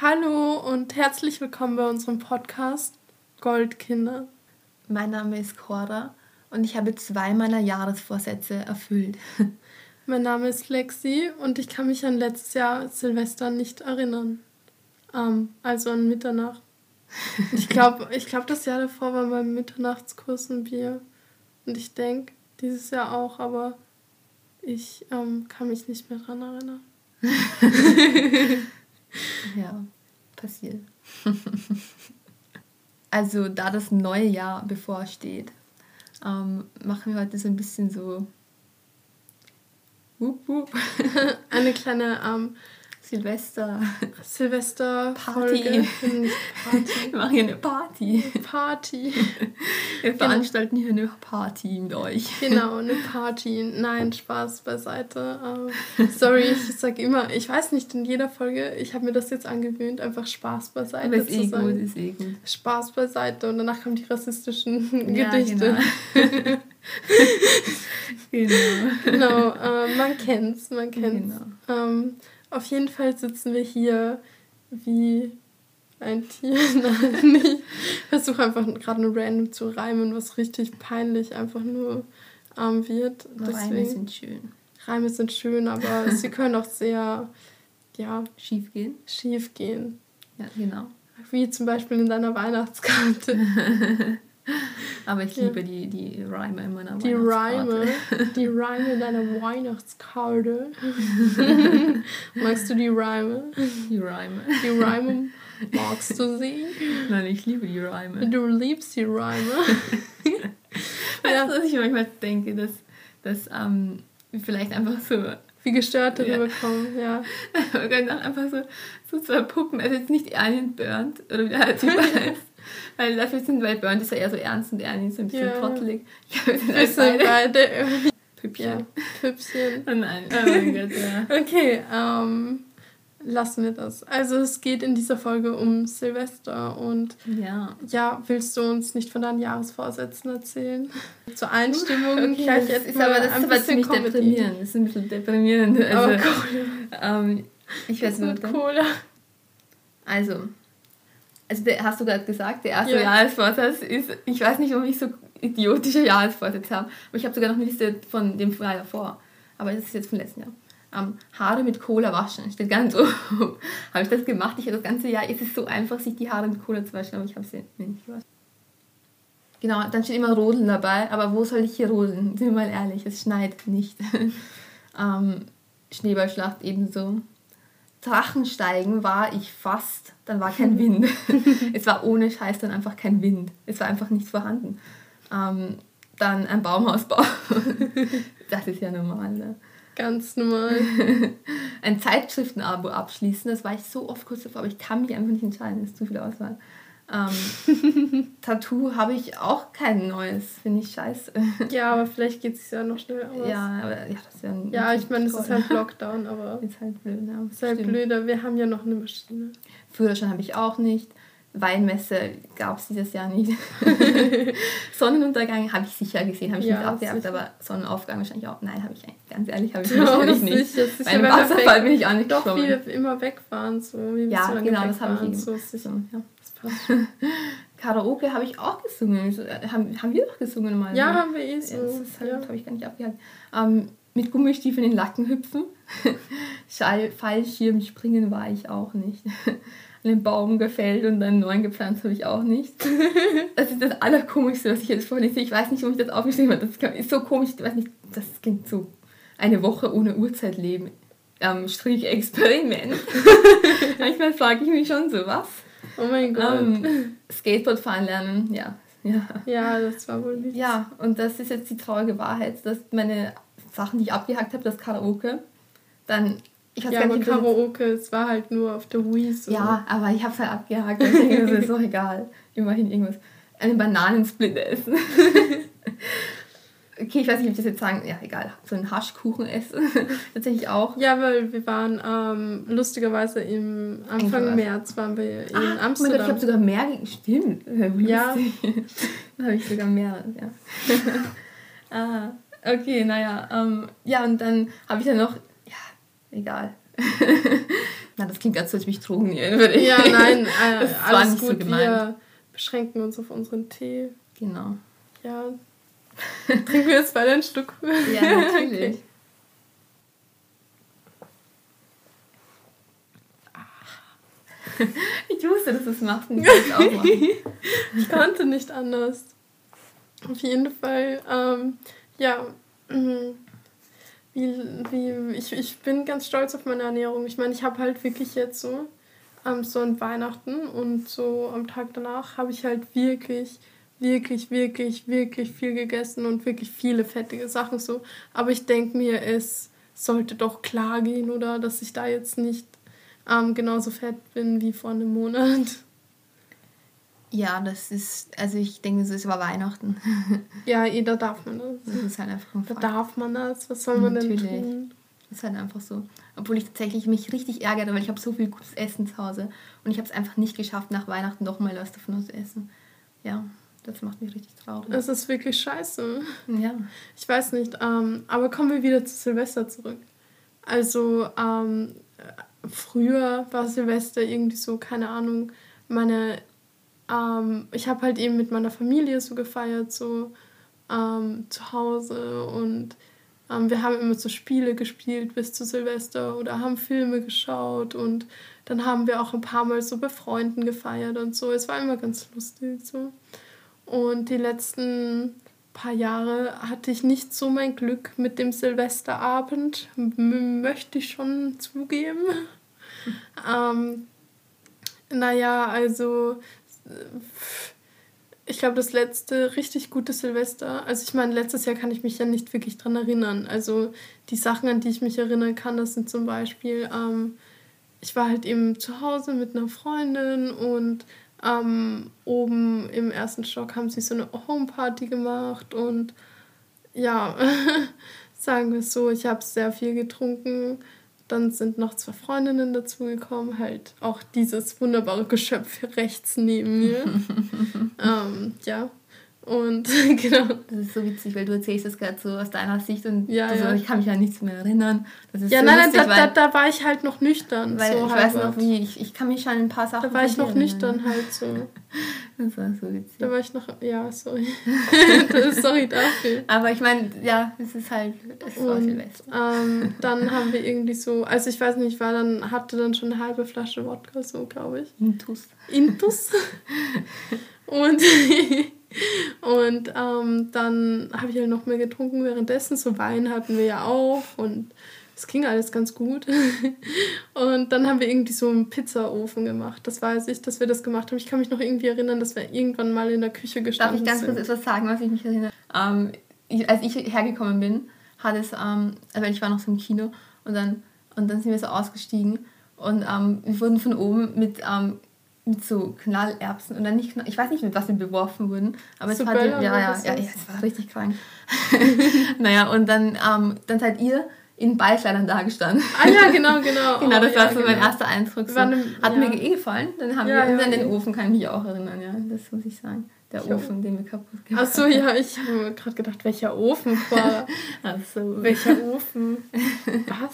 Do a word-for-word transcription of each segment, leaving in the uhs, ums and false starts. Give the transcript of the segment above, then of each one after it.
Hallo und herzlich willkommen bei unserem Podcast Goldkinder. Mein Name ist Cora und ich habe zwei meiner Jahresvorsätze erfüllt. Mein Name ist Lexi und ich kann mich an letztes Jahr Silvester nicht erinnern. Ähm, also an Mitternacht. Ich glaube, ich glaub, das Jahr davor war beim Mitternachtskurs ein Bier. Und ich denke, dieses Jahr auch, aber ich ähm, kann mich nicht mehr dran erinnern. Ja, passiert. Also, da das neue Jahr bevorsteht, ähm, machen wir heute so ein bisschen so wup, wup. Eine kleine ähm, Silvester Silvester-Folge. Party. Party. Wir machen hier eine Party. Party. Wir veranstalten hier eine Party mit euch. Genau, eine Party. Nein, Spaß beiseite. Ähm, sorry, ich sag immer, ich weiß nicht, in jeder Folge, ich habe mir das jetzt angewöhnt, einfach Spaß beiseite Aber ist zu eh sagen. gut, ist eh gut. Spaß beiseite und danach kommen die rassistischen Ja, Gedichte. Genau. genau. Genau, äh, man kennt's, man kennt's. Genau. Ähm, auf jeden Fall sitzen wir hier wie ein Tier. Nein, nicht. Ich versuche einfach gerade nur random zu reimen, was richtig peinlich einfach nur ähm, wird. Deswegen, Reime sind schön. Reime sind schön, aber sie können auch sehr ja, schief gehen. Schief gehen. Ja, genau. Wie zum Beispiel in deiner Weihnachtskarte. Aber ich liebe ja. die, die Reime in meiner die Weihnachtskarte. Reime, die Reime in deiner Weihnachtskarte. Magst du die Reime? Die Reime. Die Reime, magst du sie? Nein, ich liebe die Reime. Du liebst die Reime. Weißt ja. du, was ich manchmal denke, dass, dass ähm, wir vielleicht einfach so... Wie gestört darüber ja. kommen, ja. Wir können auch einfach so, so zwei Puppen, also jetzt nicht Ernie und Bernd, oder wie der halt heißt. Weil dafür sind, weil Bernd ist ja eher so ernst und Ernie ist so ein bisschen ja. trottelig. Ich glaube, wir sind beide, beide Püppchen. Ja, Püppchen. Oh nein, oh mein Gott, ja. Okay, ähm, lassen wir das. Also es geht in dieser Folge um Silvester und ja, ja willst du uns nicht von deinen Jahresvorsätzen erzählen? Zur Einstimmung okay, gleich das jetzt ist aber das ist aber ziemlich Comedy. deprimierend. Das ist ein bisschen deprimierend. Also, aber Cola. Ähm, ich weiß nicht. Cola. Also, also der, hast du gerade gesagt, der erste ja. Jahresvorsatz ist, ich weiß nicht, warum ich so idiotische Jahresvorsätze habe, aber ich habe sogar noch eine Liste von dem Jahr davor. Aber das ist jetzt vom letzten Jahr. Ähm, Haare mit Cola waschen, steht ganz so. Habe ich das gemacht? Ich habe das ganze Jahr, es ist so einfach, sich die Haare mit Cola zu waschen, aber ich habe sie nicht gewaschen. Genau, dann steht immer Rodeln dabei, aber wo soll ich hier rodeln? Sind wir mal ehrlich, es schneit nicht. ähm, Schneeballschlacht ebenso. Drachensteigen war ich fast, dann war kein Wind. Es war ohne Scheiß dann einfach kein Wind. Es war einfach nichts vorhanden. Ähm, dann ein Baumhaus bauen. Das ist ja normal, ne? Ganz normal. Ein Zeitschriftenabo abschließen, das war ich so oft kurz davor, aber ich kann mich einfach nicht entscheiden, es ist zu viel Auswahl. Ähm, Tattoo habe ich auch kein neues, finde ich scheiße. Ja, aber vielleicht geht es ja noch schnell aus. Ja, aber ja, das wäre ein Ja, ich meine, es ist halt Lockdown, aber ist halt blöd, ja. Ist halt blöder, wir haben ja noch eine Maschine. Führerschein habe ich auch nicht. Weinmesse gab es dieses Jahr nicht. Sonnenuntergang habe ich sicher gesehen, habe ich ja, nicht abgehabt, sicher. aber Sonnenaufgang wahrscheinlich auch. Nein, habe ich eigentlich, ganz ehrlich, habe ich oh, nicht. nicht. Sicher, sicher, Bei einem Wasserfall bin ich auch nicht Doch, geschwommen. wie wir immer wegfahren. So, wie wir ja, so lange genau, das habe ich eben. So, sicher. Ja. Das passt schon. Karaoke habe ich auch gesungen. Haben, haben wir doch gesungen mal. Ja, haben wir eh so. Ja, das ist halt, ja. habe ich gar nicht abgehakt. Ähm, mit Gummistiefeln in den Lacken hüpfen. Schall, Fallschirm springen war ich auch nicht. Einen Baum gefällt und einen neuen gepflanzt habe ich auch nicht. Das ist das Allerkomischste, was ich jetzt vorlese. Ich weiß nicht, warum ich das aufgeschrieben habe. Das ist so komisch. Ich weiß nicht, das klingt so. Eine Woche ohne Uhrzeit leben. Ähm, Strich Experiment. Manchmal frage ich mich schon so, was? Oh mein Gott. Ähm, Skateboard fahren lernen, ja. ja. Ja, das war wohl nichts. Ja, und das ist jetzt die traurige Wahrheit, dass meine Sachen, die ich abgehakt habe, das Karaoke, dann... Ich ja, aber Karaoke, es war halt nur auf der Wii so. Ja, aber ich habe es halt abgehakt. Ich denke, das ist doch egal. Immerhin irgendwas. Einen Bananensplit essen. Okay, ich weiß nicht, ob ich das jetzt sagen... Ja, egal. So einen Haschkuchen essen. Tatsächlich auch. Ja, weil wir waren ähm, lustigerweise im Anfang England. März waren wir in ah, Amsterdam. Oh mein Gott, ich habe sogar mehr... Stimmt. Ja. Dann habe ich sogar mehr, ja. ah, okay, naja. Ähm, ja, und dann habe ich dann noch... Ja, egal. Na, das klingt ganz so, als ob ich Drogen nehmen würde. Ja, nein, äh, das alles war nicht gut. so gemeint. Wir beschränken uns auf unseren Tee. Genau. Ja. Trinken wir jetzt beide ein Stück? Ja, natürlich. Okay. Ich wusste, dass du es machst. Und ich auch machen. Ich konnte nicht anders. Auf jeden Fall, ähm, ja, wie, wie, ich, ich bin ganz stolz auf meine Ernährung. Ich meine, ich habe halt wirklich jetzt so, ähm, so an Weihnachten und so am Tag danach habe ich halt wirklich, wirklich, wirklich, wirklich viel gegessen und wirklich viele fettige Sachen so. Aber ich denke mir, es sollte doch klar gehen, oder, dass ich da jetzt nicht ähm, genauso fett bin wie vor einem Monat. Ja, das ist, also ich denke, es ist über Weihnachten. Ja, eh, da darf man das. Das ist halt einfach ein Da Fakt. darf man das, was soll man Natürlich. denn tun? Das ist halt einfach so. Obwohl ich tatsächlich mich richtig ärgere, weil ich habe so viel gutes Essen zu Hause und ich habe es einfach nicht geschafft, nach Weihnachten doch mal was davon zu essen. Ja, das macht mich richtig traurig. Es ist wirklich scheiße. Ja. Ich weiß nicht, ähm, aber kommen wir wieder zu Silvester zurück. Also, ähm, früher war Silvester irgendwie so, keine Ahnung, meine, ähm, ich habe halt eben mit meiner Familie so gefeiert, so ähm, zu Hause, und ähm, wir haben immer so Spiele gespielt bis zu Silvester oder haben Filme geschaut, und dann haben wir auch ein paar Mal so bei Freunden gefeiert und so. Es war immer ganz lustig so. Und die letzten paar Jahre hatte ich nicht so mein Glück mit dem Silvesterabend, m- möchte ich schon zugeben. ähm, naja, also ich glaube, das letzte richtig gute Silvester, also ich meine, letztes Jahr kann ich mich ja nicht wirklich dran erinnern. Also die Sachen, an die ich mich erinnern kann, das sind zum Beispiel, ähm, ich war halt eben zu Hause mit einer Freundin, und ähm, oben im ersten Stock haben sie so eine Homeparty gemacht, und ja, sagen wir es so, ich habe sehr viel getrunken. Dann sind noch zwei Freundinnen dazugekommen, halt auch dieses wunderbare Geschöpf rechts neben mir. ähm, ja, und genau. Das ist so witzig, weil du erzählst das gerade so aus deiner Sicht und ja, also, ja. ich kann mich an nichts mehr erinnern. Das ist ja, so nein, lustig, nein, da, da, da war ich halt noch nüchtern. Weil so ich halt weiß noch, wie, ich, ich kann mich schon an ein paar Sachen Da war ich noch erinnern. nüchtern halt so. Das war so witzig. Da war ich noch, ja, sorry. sorry dafür. Aber ich meine, ja, es ist halt, es war Und Silvester. ähm, dann haben wir irgendwie so, also ich weiß nicht, ich war dann, hatte dann schon eine halbe Flasche Wodka, so glaube ich. Intus. Intus. Und, und ähm, dann habe ich halt noch mehr getrunken währenddessen. So Wein hatten wir ja auch, und es ging alles ganz gut. Und dann haben wir irgendwie so einen Pizzaofen gemacht. Das weiß ich, dass wir das gemacht haben. Ich kann mich noch irgendwie erinnern, dass wir irgendwann mal in der Küche gestanden sind. Darf ich ganz kurz etwas sagen, was ich mich erinnere? Ähm, ich, als ich hergekommen bin, hat es, ähm, weil ich war noch so im Kino, und dann, und dann sind wir so ausgestiegen, und ähm, wir wurden von oben mit, ähm, mit so Knallerbsen, und dann nicht, ich weiß nicht, mit was wir beworfen wurden, aber so es war die, ja, ja, ja, ja, es war richtig krank. Naja, und dann, ähm, dann seid ihr in Ballkleidern da gestanden. Ah ja, genau, genau. Genau, das oh, war ja, so genau. mein erster Eindruck. So. Einem, Hat ja. mir eh gefallen. Dann haben ja, wir uns ja, an den ja. Ofen, kann ich mich auch erinnern, ja. Das muss ich sagen. Der ich Ofen, auch. Den wir kaputt gemacht haben. Achso, ja, ich habe mir gerade gedacht, welcher Ofen war. Achso. Welcher Ofen? Was?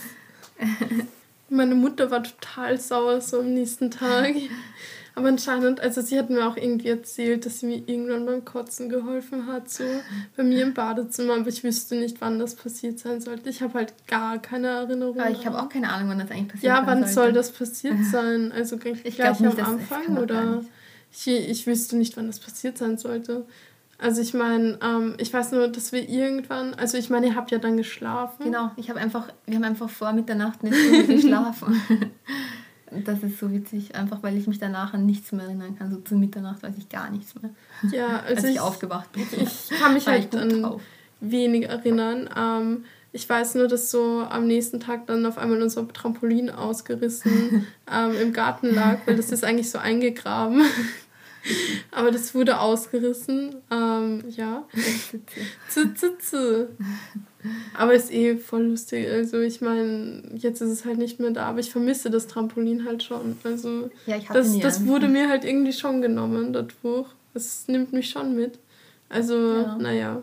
Meine Mutter war total sauer so am nächsten Tag. Aber anscheinend, also sie hat mir auch irgendwie erzählt, dass sie mir irgendwann beim Kotzen geholfen hat, so bei mir im Badezimmer, aber ich wüsste nicht, wann das passiert sein sollte. Ich habe halt gar keine Erinnerung. Aber ich habe auch keine Ahnung, wann das eigentlich passiert Ja, sein wann sollte. soll das passiert sein? Also gleich, ich gleich nicht, am das, Anfang das oder? Ich, ich wüsste nicht, wann das passiert sein sollte. Also ich meine, ähm, ich weiß nur, dass wir irgendwann, also ich meine, ihr habt ja dann geschlafen. Genau, ich habe einfach, wir haben einfach vor Mitternacht eine Stunde geschlafen. Das ist so witzig, einfach weil ich mich danach an nichts mehr erinnern kann. So zu Mitternacht weiß ich gar nichts mehr. Ja, also als ich, ich aufgewacht bin. Ich kann mich war halt ich gut an drauf. wenig erinnern. Ähm, ich weiß nur, dass so am nächsten Tag dann auf einmal unser Trampolin ausgerissen ähm, im Garten lag, weil das ist eigentlich so eingegraben. Aber das wurde ausgerissen. Ähm, ja. Z, z, z. Aber ist eh voll lustig. Also ich meine, jetzt ist es halt nicht mehr da, aber ich vermisse das Trampolin halt schon. Also ja, ich hatte das, nie das einen. wurde mir halt irgendwie schon genommen, das Buch. Das nimmt mich schon mit. Also, ja. naja.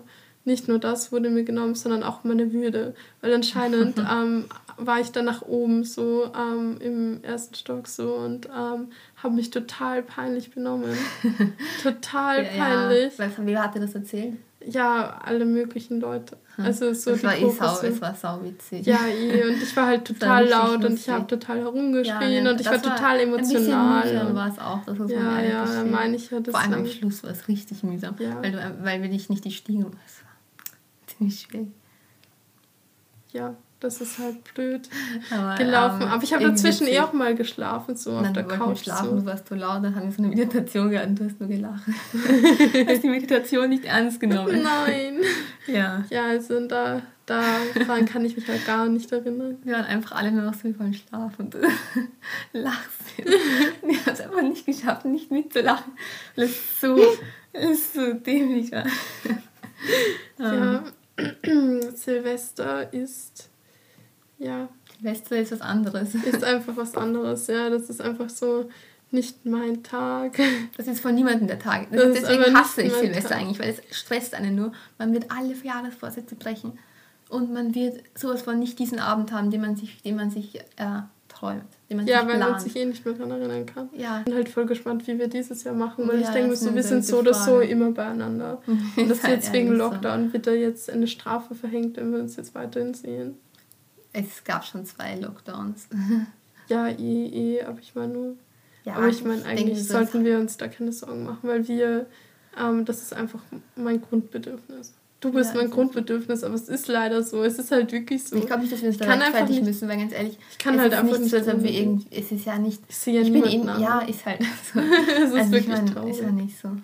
nicht nur das wurde mir genommen, sondern auch meine Würde. Weil anscheinend ähm, war ich dann nach oben so ähm, im ersten Stock so und ähm, habe mich total peinlich benommen. Total ja, peinlich. Ja. Weil, wer hat dir das erzählt? Ja, alle möglichen Leute. Also so es, die war eh sau, es war sau witzig. Ja, eh. Und ich war halt total war laut lustig. Und ich habe total herumgeschrien ja, und ich war total emotional. Ein bisschen mühsam war es auch, das muss ja, man ja, ja, meine ich ja. Vor allem am Schluss war es richtig mühsam, ja. weil, du, weil wir nicht, nicht die Stiegen, es war ziemlich schwierig. Ja, das ist halt blöd aber, gelaufen. Ähm, Aber ich habe dazwischen eh auch mal geschlafen, so auf der Couch. Schlafen, so. Du warst so laut, dann haben wir so eine Meditation gehabt und du hast nur gelacht. Du hast die Meditation nicht ernst genommen. Nein. Ja. Ja, also da, daran kann ich mich halt gar nicht erinnern. Wir waren einfach alle nur noch so voll Schlaf und lachst. Wir haben es einfach nicht geschafft, nicht mitzulachen, weil es so, es so dämlich war. Ja. Silvester ist, ja... Silvester ist was anderes. Ist einfach was anderes, ja. Das ist einfach so nicht mein Tag. Das ist von niemandem der Tag. Das das deswegen hasse ich Silvester Tag. Eigentlich, weil es stresst einen nur. Man wird alle Jahresvorsätze brechen und man wird sowas von nicht diesen Abend haben, den man sich, den man sich äh, träumt. Den man ja, sich weil plant. man sich eh nicht mehr daran erinnern kann. Ja. Ich bin halt voll gespannt, wie wir dieses Jahr machen, weil ja, ich denke, so, wir sind so oder so immer beieinander. Und das ist jetzt wegen Lockdown so. Wird da jetzt eine Strafe verhängt, wenn wir uns jetzt weiterhin sehen. Es gab schon zwei Lockdowns. Ja, eh, eh, aber ich meine nur... Ja, aber ich meine, eigentlich denke, sollten wir uns da keine Sorgen machen, weil wir... Ähm, das ist einfach mein Grundbedürfnis. Du bist ja, mein Grundbedürfnis, aber es ist leider so. Es ist halt wirklich so. Ich glaube nicht, dass wir uns da rechtfertigen müssen, weil ganz ehrlich, ich kann halt einfach nicht, so, als wir irgendwie, es ist ja nicht... Ich sehe ja ich bin eben, ja, ist halt so. Es ist also wirklich ich mein, traurig. Ist ja nicht so.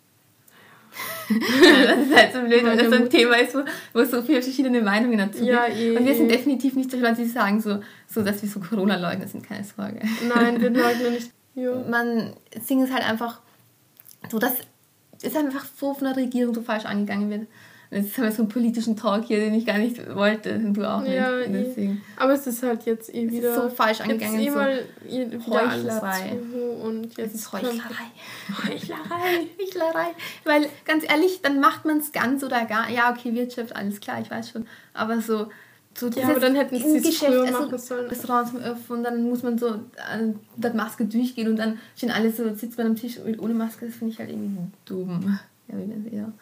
Das ist halt so blöd, weil das so ein Thema ist, wo, wo es so viele verschiedene Meinungen dazu gibt. Ja, eh, und wir sind eh. definitiv nicht so Leute, die sagen, so, so, dass wir so Corona-Leugner sind, keine Sorge. Nein, wir leugnen nicht. Ja. Man singt es halt einfach so, dass es einfach so von der Regierung so falsch angegangen wird. Jetzt haben wir so einen politischen Talk hier, den ich gar nicht wollte. Und du auch nicht. Ja, eh. Aber es ist halt jetzt eh wieder... Es ist so falsch angegangen. Jetzt eh so mal wieder Heuchlerei. Und jetzt es ist Heuchlerei. Heuchlerei. Heuchlerei. Weil, ganz ehrlich, dann macht man es ganz oder gar... Ja, okay, Wirtschaft, alles klar, ich weiß schon. Aber so... so ja, aber dann hätten sie es Geschäft, früher also machen sollen. Restaurants öffnen und dann muss man so äh, mit Maske durchgehen und dann stehen alle so, sitzt man am Tisch ohne Maske. Das finde ich halt irgendwie dumm. Ja, wie das eher...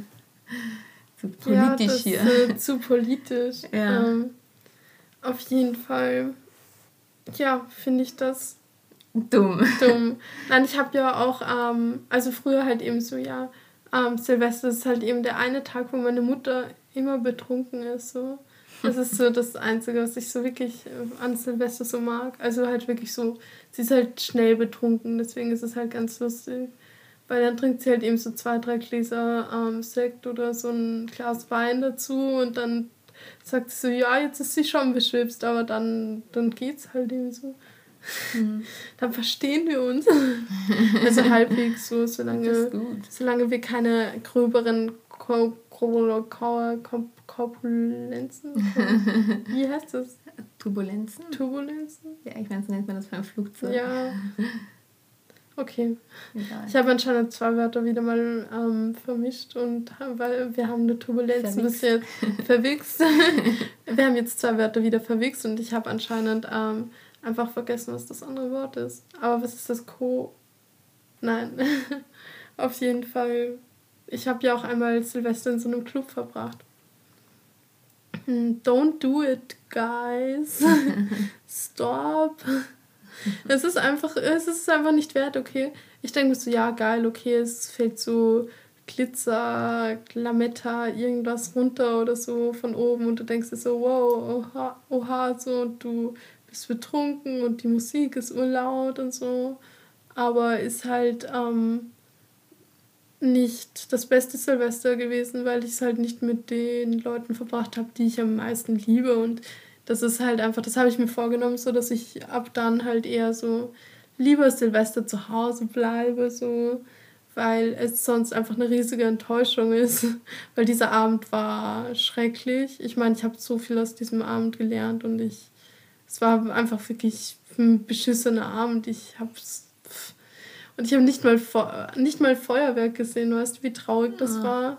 Zu politisch ja, das, hier. Äh, zu politisch. Ja. Ähm, auf jeden Fall, ja, finde ich das dumm. dumm. Nein, ich habe ja auch, ähm, also früher halt eben so, ja, ähm, Silvester ist halt eben der eine Tag, wo meine Mutter immer betrunken ist. So. Das ist so das Einzige, was ich so wirklich an Silvester so mag. Also halt wirklich so, sie ist halt schnell betrunken, deswegen ist es halt ganz lustig. Weil dann trinkt sie halt eben so zwei, drei Gläser ähm, Sekt oder so ein Glas Wein dazu und dann sagt sie so, ja, jetzt ist sie schon beschwipst, aber dann, dann geht's halt eben so. Mhm. Dann verstehen wir uns. Also halbwegs so, solange, solange wir keine gröberen Ko- Ko- Ko- Ko- Korpulenzen, wie heißt das? Turbulenzen? Turbulenzen? Ja, ich meine, so nennt man das beim Flugzeug. Ja. Okay. Egal. Ich habe anscheinend zwei Wörter wieder mal ähm, vermischt und weil wir haben eine Turbulenz bis jetzt verwichst. Wir haben jetzt zwei Wörter wieder verwichst und ich habe anscheinend ähm, einfach vergessen, was das andere Wort ist. Aber was ist das Co? Nein. Auf jeden Fall. Ich habe ja auch einmal Silvester in so einem Club verbracht. Don't do it, guys. Stop. Es ist einfach, es ist einfach nicht wert, okay. Ich denke mir so, ja, geil, okay, es fällt so Glitzer, Lametta, irgendwas runter oder so von oben und du denkst dir so, wow, oha, oha, so, und du bist betrunken und die Musik ist urlaut und so. Aber ist halt ähm, nicht das beste Silvester gewesen, weil ich es halt nicht mit den Leuten verbracht habe, die ich am meisten liebe und das ist halt einfach, das habe ich mir vorgenommen, so dass ich ab dann halt eher so lieber Silvester zu Hause bleibe, so, weil es sonst einfach eine riesige Enttäuschung ist, weil dieser Abend war schrecklich. Ich meine, ich habe so viel aus diesem Abend gelernt und ich, es war einfach wirklich ein beschissener Abend. Ich hab's, und ich habe nicht mal, nicht mal Feuerwerk gesehen, weißt du, wie traurig das war.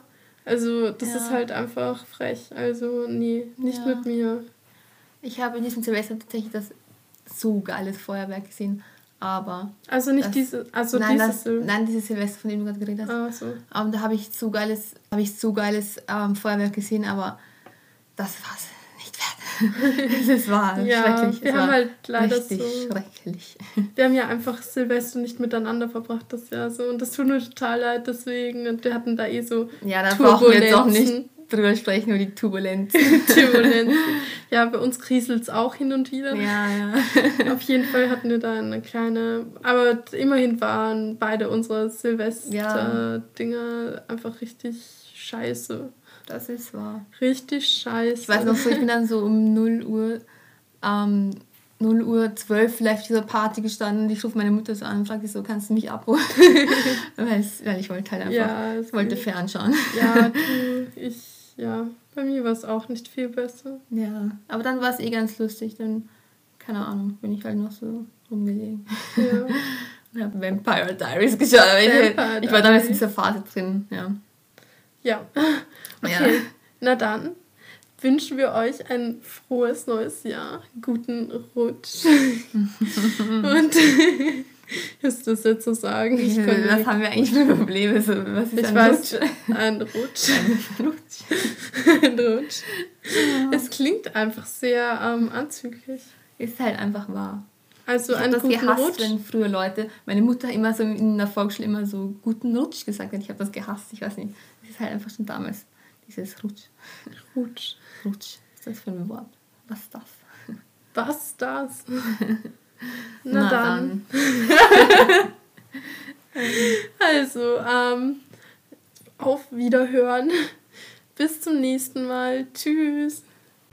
Also das Ja. ist halt einfach frech. Also nee, nicht Ja. mit mir. Ich habe in diesem Silvester tatsächlich das so geiles Feuerwerk gesehen, aber... Also nicht das, diese, also nein, dieses das, Sil- nein, dieses Silvester, von dem du gerade geredet hast. Ah, so. Ähm, da habe ich so geiles, habe ich so geiles ähm, Feuerwerk gesehen, aber das war nicht wert. Es war Ja, schrecklich. wir es haben war halt leider richtig so... schrecklich. Wir haben ja einfach Silvester nicht miteinander verbracht das Jahr so und das tut mir total leid deswegen und wir hatten da eh so Ja, da brauchen wir jetzt auch nicht Turbulenzen. drüber sprechen, über die Turbulenz. Turbulenzen. Ja, bei uns kriselt es auch hin und wieder. Ja, ja. Auf jeden Fall hatten wir da eine kleine, aber immerhin waren beide unsere Silvester-Dinger einfach richtig scheiße. Das ist wahr. Richtig scheiße. Ich weiß noch so, ich bin dann so um null Uhr, ähm, null Uhr zwölf vielleicht auf dieser Party gestanden und ich rufe meine Mutter so an und frage so, kannst du mich abholen? weil, es, weil ich wollte halt einfach, Ja, ich wollte fernschauen. Ja, du, ich, ja, bei mir war es auch nicht viel besser. Ja, aber dann war es eh ganz lustig, dann, keine Ahnung, bin ich halt noch so rumgelegen. Ja. Und habe Vampire Diaries geschaut, aber ich, Vampire ich war damals in Diaries. dieser Phase drin, ja. Ja. Okay, Ja. na dann wünschen wir euch ein frohes neues Jahr, guten Rutsch. Und ist das jetzt so sagen? Ich was konnte haben wir eigentlich für Probleme? So, was ist Ich ein weiß, Rutsch? ein Rutsch. Ein Rutsch. Ein Rutsch. Es klingt einfach sehr ähm, anzüglich. Ist halt einfach wahr. Also Ich habe einen das guten gehasst, Rutsch. wenn früher Leute, meine Mutter immer so in der Volksschule immer so guten Rutsch gesagt hat. Ich habe das gehasst, ich weiß nicht. Das ist halt einfach schon damals, dieses Rutsch. Rutsch. Rutsch, was ist das für ein Wort? Was ist das? Was das? Na, Na dann. Also, ähm, auf Wiederhören. Bis zum nächsten Mal. Tschüss.